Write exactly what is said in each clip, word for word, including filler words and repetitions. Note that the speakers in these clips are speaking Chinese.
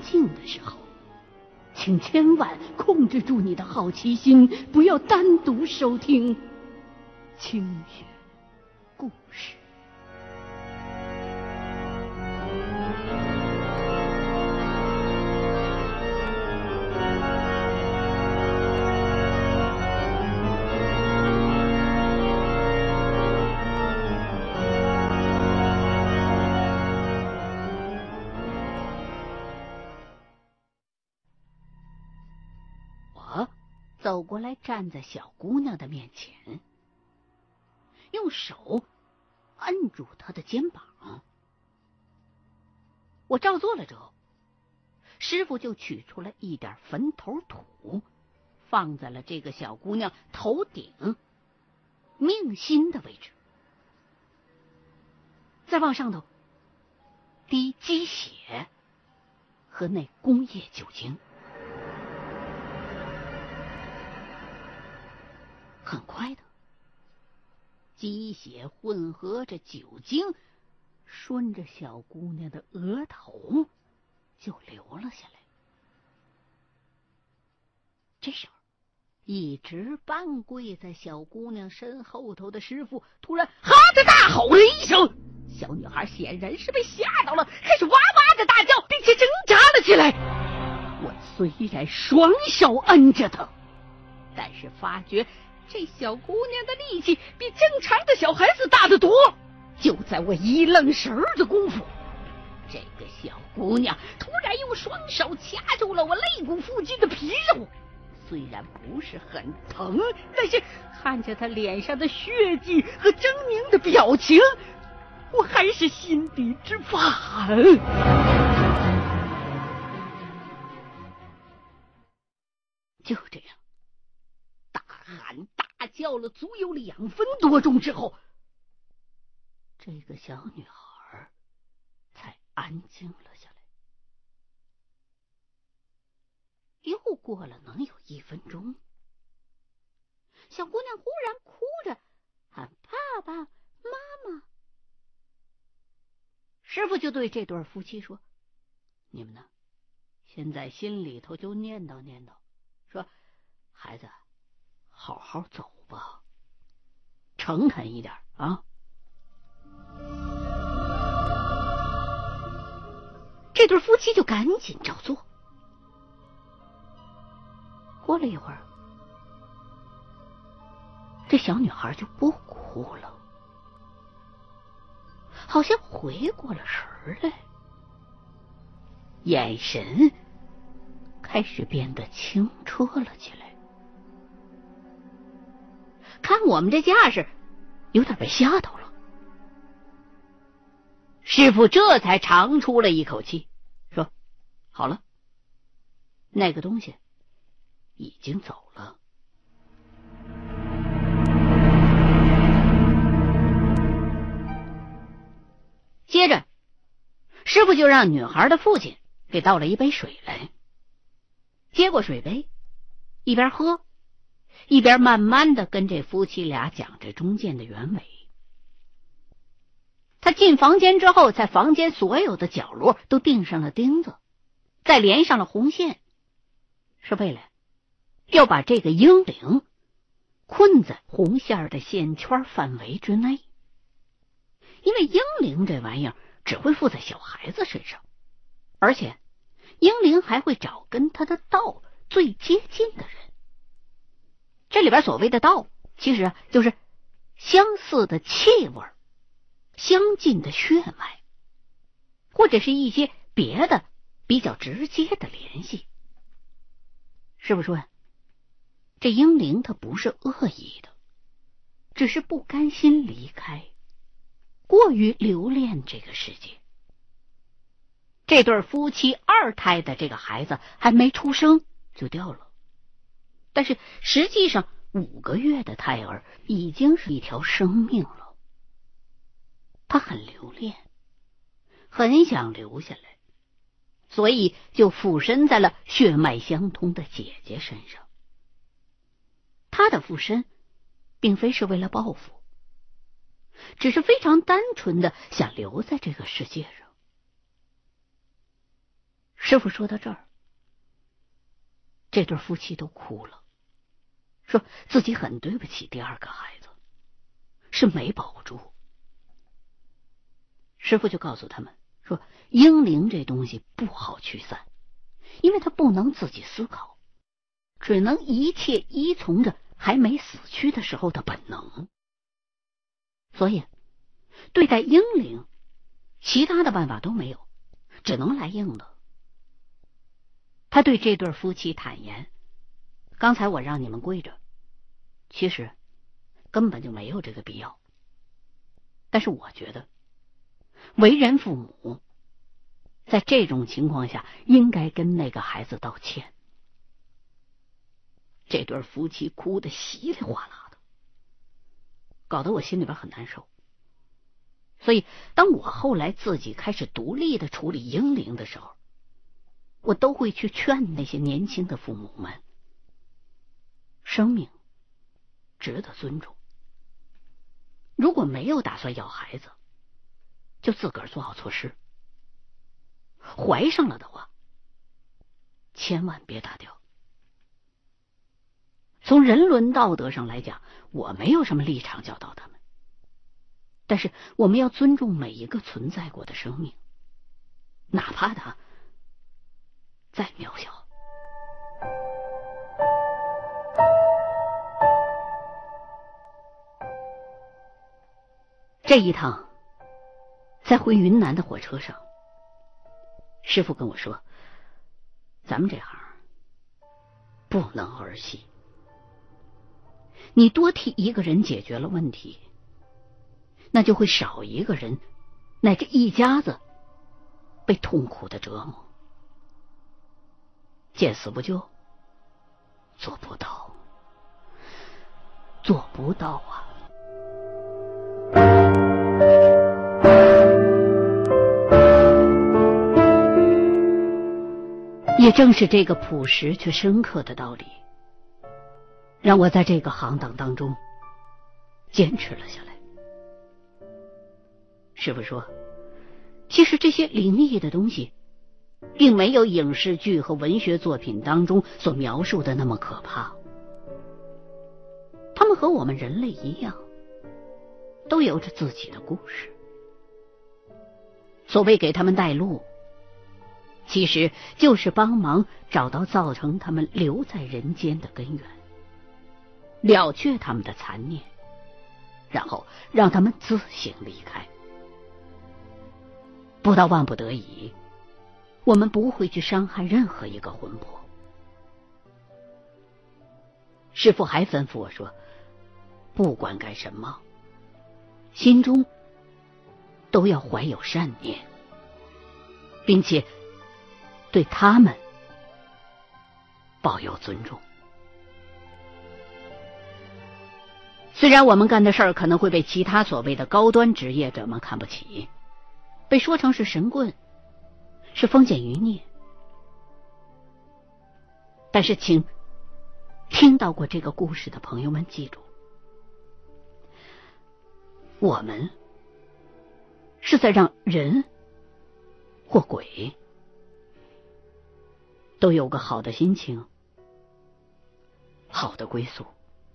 静的时候，请千万控制住你的好奇心，不要单独收听清雪故事。走过来，站在小姑娘的面前，用手按住她的肩膀。我照做了之后，师傅就取出了一点坟头土，放在了这个小姑娘头顶命心的位置，再往上头滴鸡血和那工业酒精。很快的，鸡血混合着酒精，顺着小姑娘的额头就流了下来。这时候，一直半跪在小姑娘身后头的师傅突然哈的大吼了一声，小女孩显然是被吓到了，开始哇哇的大叫，并且挣扎了起来。我虽然双手摁着她，但是发觉这小姑娘的力气比正常的小孩子大得多。就在我一愣神儿的功夫，这个小姑娘突然用双手掐住了我肋骨附近的皮肉。虽然不是很疼，但是看着她脸上的血迹和狰狞的表情，我还是心底之烦。就这样大喊大叫了足有两分多钟之后，这个小女孩才安静了下来。又过了能有一分钟，小姑娘忽然哭着喊爸爸妈妈。师傅就对这对夫妻说，你们呢，现在心里头就念叨念叨，说孩子好好走吧，诚恳一点啊。这对夫妻就赶紧照做。过了一会儿，这小女孩就不哭了，好像回过了神来，眼神开始变得清澈了起来。看我们这架势，有点被吓到了。师傅这才长出了一口气，说好了，那个东西已经走了。接着师傅就让女孩的父亲给倒了一杯水来，接过水杯，一边喝一边慢慢的跟这夫妻俩讲这中间的原委。他进房间之后，在房间所有的角落都钉上了钉子，再连上了红线，是为了要把这个婴灵困在红线的线圈范围之内。因为婴灵这玩意儿只会附在小孩子身上，而且婴灵还会找跟他的道最接近的人。这里边所谓的道，其实就是相似的气味、相近的血脉，或者是一些别的比较直接的联系。师傅说呀，这婴灵它不是恶意的，只是不甘心离开，过于留恋这个世界。这对夫妻二胎的这个孩子还没出生就掉了，但是实际上五个月的胎儿已经是一条生命了。他很留恋，很想留下来，所以就附身在了血脉相通的姐姐身上。他的附身并非是为了报复，只是非常单纯的想留在这个世界上。 师傅说到这儿，这对夫妻都哭了，说自己很对不起第二个孩子，是没保住。师傅就告诉他们说，婴灵这东西不好驱散，因为它不能自己思考，只能一切依从着还没死去的时候的本能。所以对待婴灵，其他的办法都没有，只能来硬的。他对这对夫妻坦言，刚才我让你们跪着，其实根本就没有这个必要。但是我觉得为人父母在这种情况下应该跟那个孩子道歉。这对夫妻哭得稀里哗啦的，搞得我心里边很难受。所以当我后来自己开始独立的处理婴灵的时候，我都会去劝那些年轻的父母们，生命值得尊重。如果没有打算要孩子，就自个儿做好措施。怀上了的话，千万别打掉。从人伦道德上来讲，我没有什么立场教导他们，但是我们要尊重每一个存在过的生命，哪怕他再渺小。这一趟在回云南的火车上，师傅跟我说，咱们这行不能儿戏，你多替一个人解决了问题，那就会少一个人乃至一家子被痛苦的折磨。见死不救，做不到，做不到啊！也正是这个朴实却深刻的道理，让我在这个行当当中坚持了下来。师傅说，其实这些灵异的东西并没有影视剧和文学作品当中所描述的那么可怕，他们和我们人类一样，都有着自己的故事。所谓给他们带路，其实就是帮忙找到造成他们留在人间的根源，了却他们的残念，然后让他们自行离开。不到万不得已，我们不会去伤害任何一个魂魄。师父还吩咐我说，不管干什么，心中都要怀有善念，并且对他们抱有尊重。虽然我们干的事儿可能会被其他所谓的高端职业者们看不起，被说成是神棍，是封建余孽，但是请听到过这个故事的朋友们记住，我们是在让人或鬼都有个好的心情，好的归宿。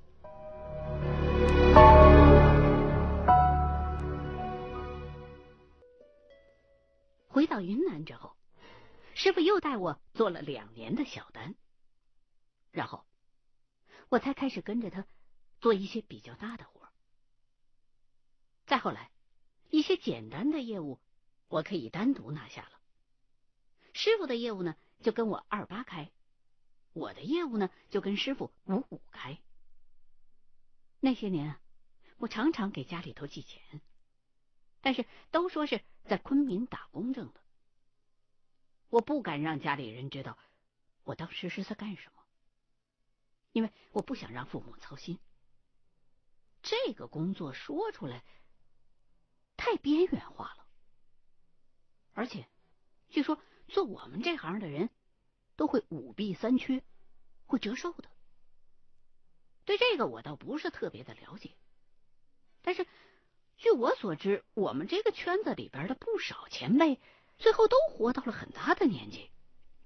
回到云南之后，师傅又带我做了两年的小单，然后我才开始跟着他做一些比较大的活。再后来，一些简单的业务我可以单独拿下了，师傅的业务呢就跟我二八开，我的业务呢就跟师傅五五开。那些年啊，我常常给家里头寄钱，但是都说是在昆明打工挣的，我不敢让家里人知道我当时是在干什么，因为我不想让父母操心。这个工作说出来太边缘化了，而且据说做我们这行的人都会五弊三缺，会折寿的。对这个我倒不是特别的了解，但是据我所知，我们这个圈子里边的不少前辈最后都活到了很大的年纪，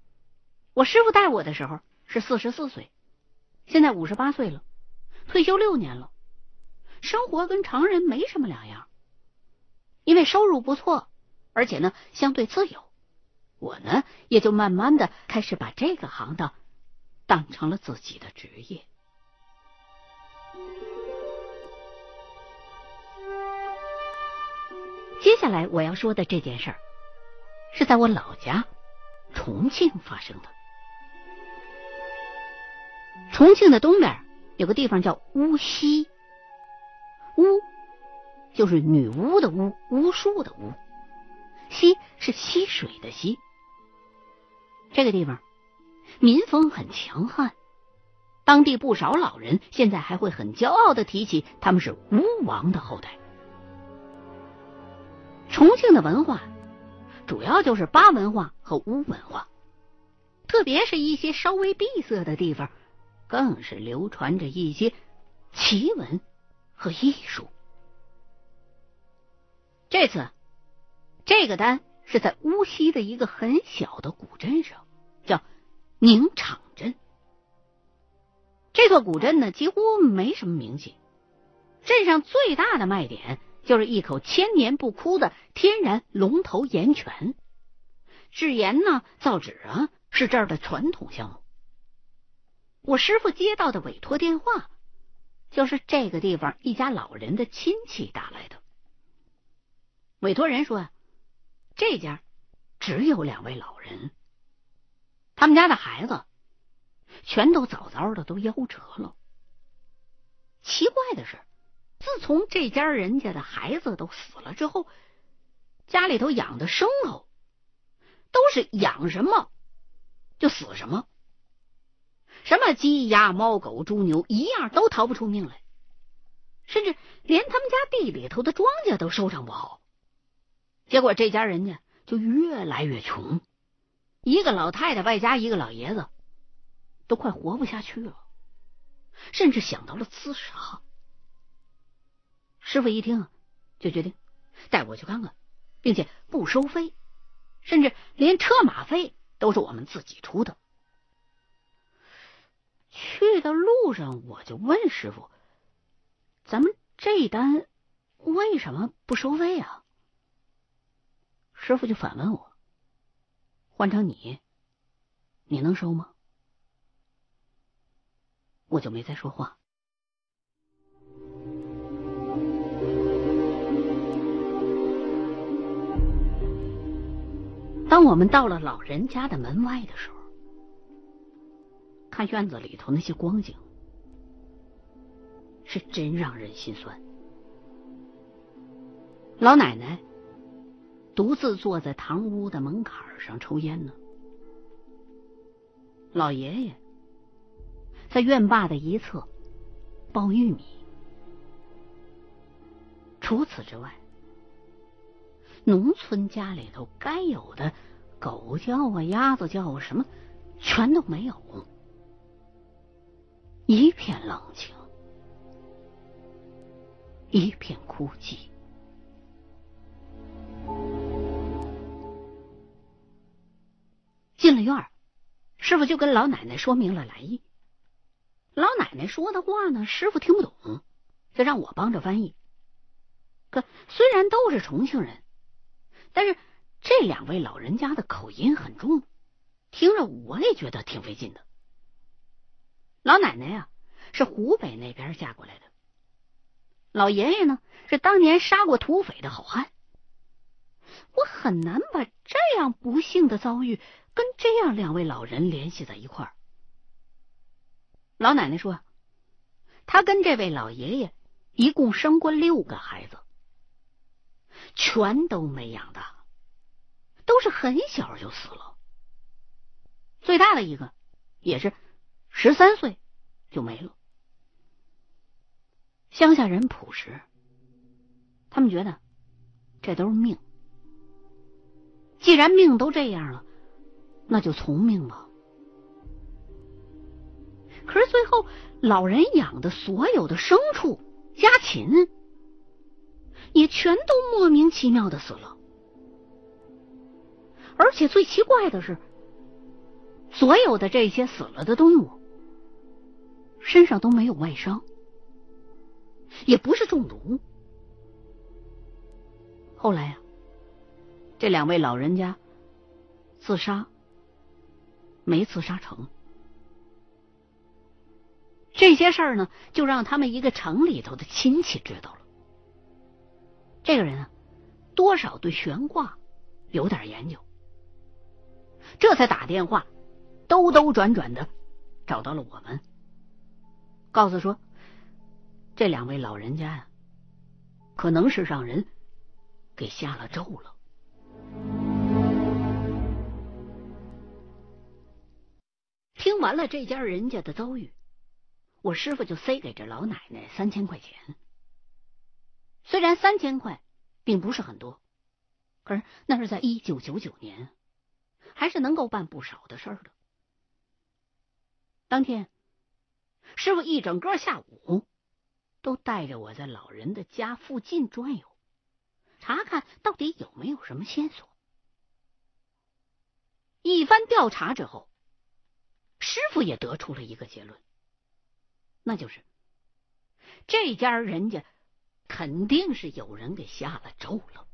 我师傅带我的时候是四十四岁，现在五十八岁了，退休六年了，生活跟常人没什么两样。因为收入不错，而且呢相对自由，我呢也就慢慢的开始把这个行当当成了自己的职业。接下来我要说的这件事儿是在我老家重庆发生的。重庆的东边有个地方叫巫溪，巫就是女巫的巫，巫术的巫，溪是溪水的溪。这个地方民风很强悍，当地不少老人现在还会很骄傲地提起他们是巫王的后代。重庆的文化主要就是巴文化和巫文化，特别是一些稍微闭塞的地方，更是流传着一些奇闻和艺术。这次这个单是在巫溪的一个很小的古镇上，叫宁场镇。这座古镇呢几乎没什么名气，镇上最大的卖点就是一口千年不枯的天然龙头岩泉。制盐呢、造纸啊是这儿的传统项目。我师傅接到的委托电话就是这个地方一家老人的亲戚打来的。委托人说啊，这家只有两位老人，他们家的孩子全都早早的都夭折了。奇怪的是，自从这家人家的孩子都死了之后，家里头养的牲口都是养什么就死什么，什么鸡鸭猫狗猪牛一样都逃不出命来，甚至连他们家地里头的庄稼都收成不好。结果这家人家就越来越穷，一个老太太外加一个老爷子都快活不下去了，甚至想到了自杀。师傅一听就决定带我去看看，并且不收费，甚至连车马费都是我们自己出的。去的路上我就问师傅，咱们这单为什么不收费啊？师傅就反问我，换成你你能收吗？我就没再说话。当我们到了老人家的门外的时候，看院子里头那些光景，是真让人心酸。老奶奶独自坐在堂屋的门槛上抽烟呢，老爷爷在院坝的一侧剥玉米。除此之外，农村家里头该有的狗叫啊、鸭子叫啊什么全都没有，一片冷清，一片枯寂。进了院儿，师傅就跟老奶奶说明了来意。老奶奶说的话呢，师傅听不懂，就让我帮着翻译。可虽然都是重庆人，但是这两位老人家的口音很重，听着我也觉得挺费劲的。老奶奶呀、啊、是湖北那边嫁过来的，老爷爷呢是当年杀过土匪的好汉。我很难把这样不幸的遭遇跟这样两位老人联系在一块儿。老奶奶说，她跟这位老爷爷一共生过六个孩子，全都没养大，都是很小就死了。最大的一个也是十三岁就没了。乡下人朴实，他们觉得这都是命，既然命都这样了，那就从命吧。可是最后老人养的所有的牲畜家禽也全都莫名其妙的死了。而且最奇怪的是， 所有的这些死了的动物身上都没有外伤，也不是中毒。后来啊，这两位老人家自杀没自杀成。这些事儿呢，就让他们一个城里头的亲戚知道了。这个人啊，多少对悬卦有点研究，这才打电话兜兜转转的找到了我们，告诉说这两位老人家呀、啊，可能是让人给下了咒了。听完了这家人家的遭遇，我师傅就塞给这老奶奶三千块钱。虽然三千块并不是很多，可是那是在一九九九年，还是能够办不少的事儿的。当天，师傅一整个下午都带着我在老人的家附近转悠，查看到底有没有什么线索。一番调查之后，师傅也得出了一个结论，那就是这家人家肯定是有人给下了咒了。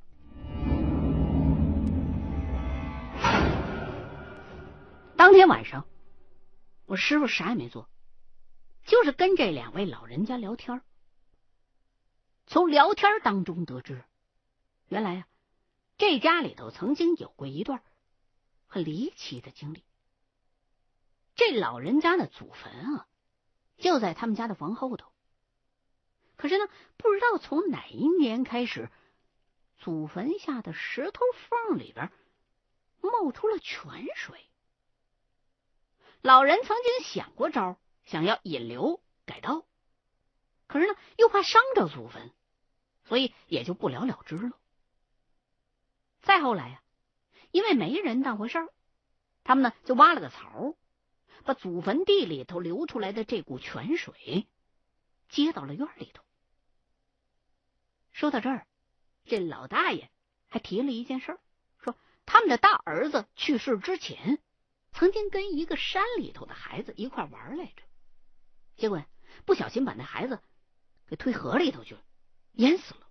当天晚上，我师傅啥也没做，就是跟这两位老人家聊天。从聊天当中得知，原来啊，这家里头曾经有过一段很离奇的经历。这老人家的祖坟啊，就在他们家的房后头。可是呢，不知道从哪一年开始，祖坟下的石头缝里边冒出了泉水。老人曾经想过招，想要引流改道，可是呢，又怕伤着祖坟，所以也就不了了之了。再后来呀、啊，因为没人当回事儿，他们呢就挖了个槽，把祖坟地里头流出来的这股泉水接到了院里头。说到这儿，这老大爷还提了一件事儿，说他们的大儿子去世之前，曾经跟一个山里头的孩子一块玩来着，结果不小心把那孩子给推河里头去了，淹死了。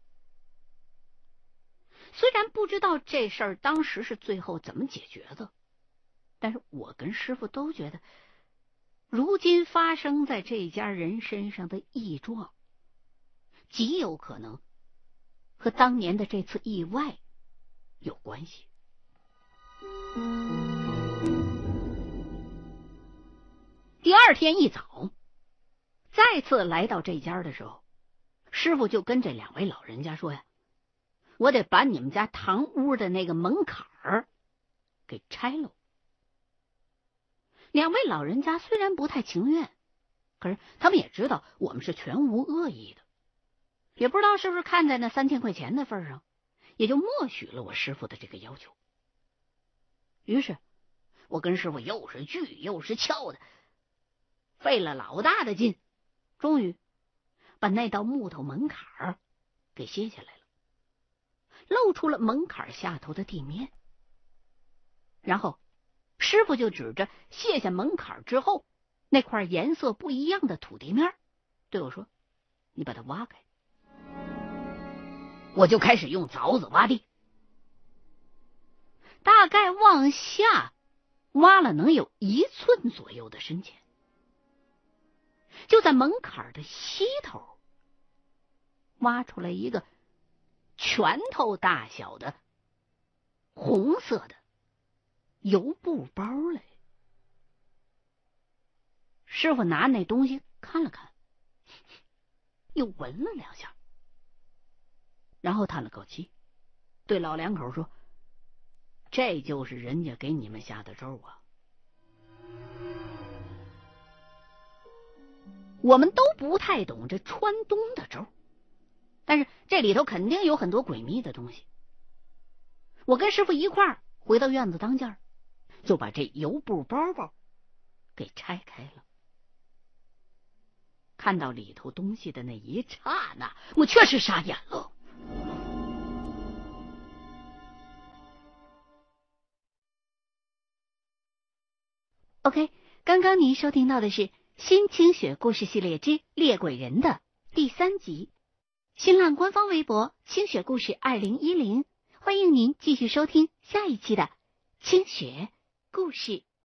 虽然不知道这事儿当时是最后怎么解决的，但是我跟师傅都觉得，如今发生在这家人身上的异状，极有可能和当年的这次意外有关系。第二天一早，再次来到这家的时候，师傅就跟这两位老人家说呀，我得把你们家堂屋的那个门槛儿给拆了。两位老人家虽然不太情愿，可是他们也知道我们是全无恶意的，也不知道是不是看在那三千块钱的份上，也就默许了我师傅的这个要求。于是我跟师傅又是锯又是撬的，费了老大的劲，终于把那道木头门槛给卸下来了，露出了门槛下头的地面。然后师傅就指着卸下门槛之后那块颜色不一样的土地面对我说，你把它挖开。我就开始用凿子挖地，大概往下挖了能有一寸左右的深浅。就在门槛的西头挖出来一个拳头大小的红色的油布包来。师傅拿那东西看了看，又闻了两下，然后叹了口气，对老两口说，这就是人家给你们下的咒啊。我们都不太懂这川东的咒，但是这里头肯定有很多诡秘的东西。我跟师傅一块儿回到院子当间，就把这油布包包给拆开了。看到里头东西的那一刹那，我确实傻眼了。 OK， 刚刚您收听到的是新清雪故事系列之猎鬼人的第三集。新浪官方微博清雪故事二零一零，欢迎您继续收听下一期的清雪故事。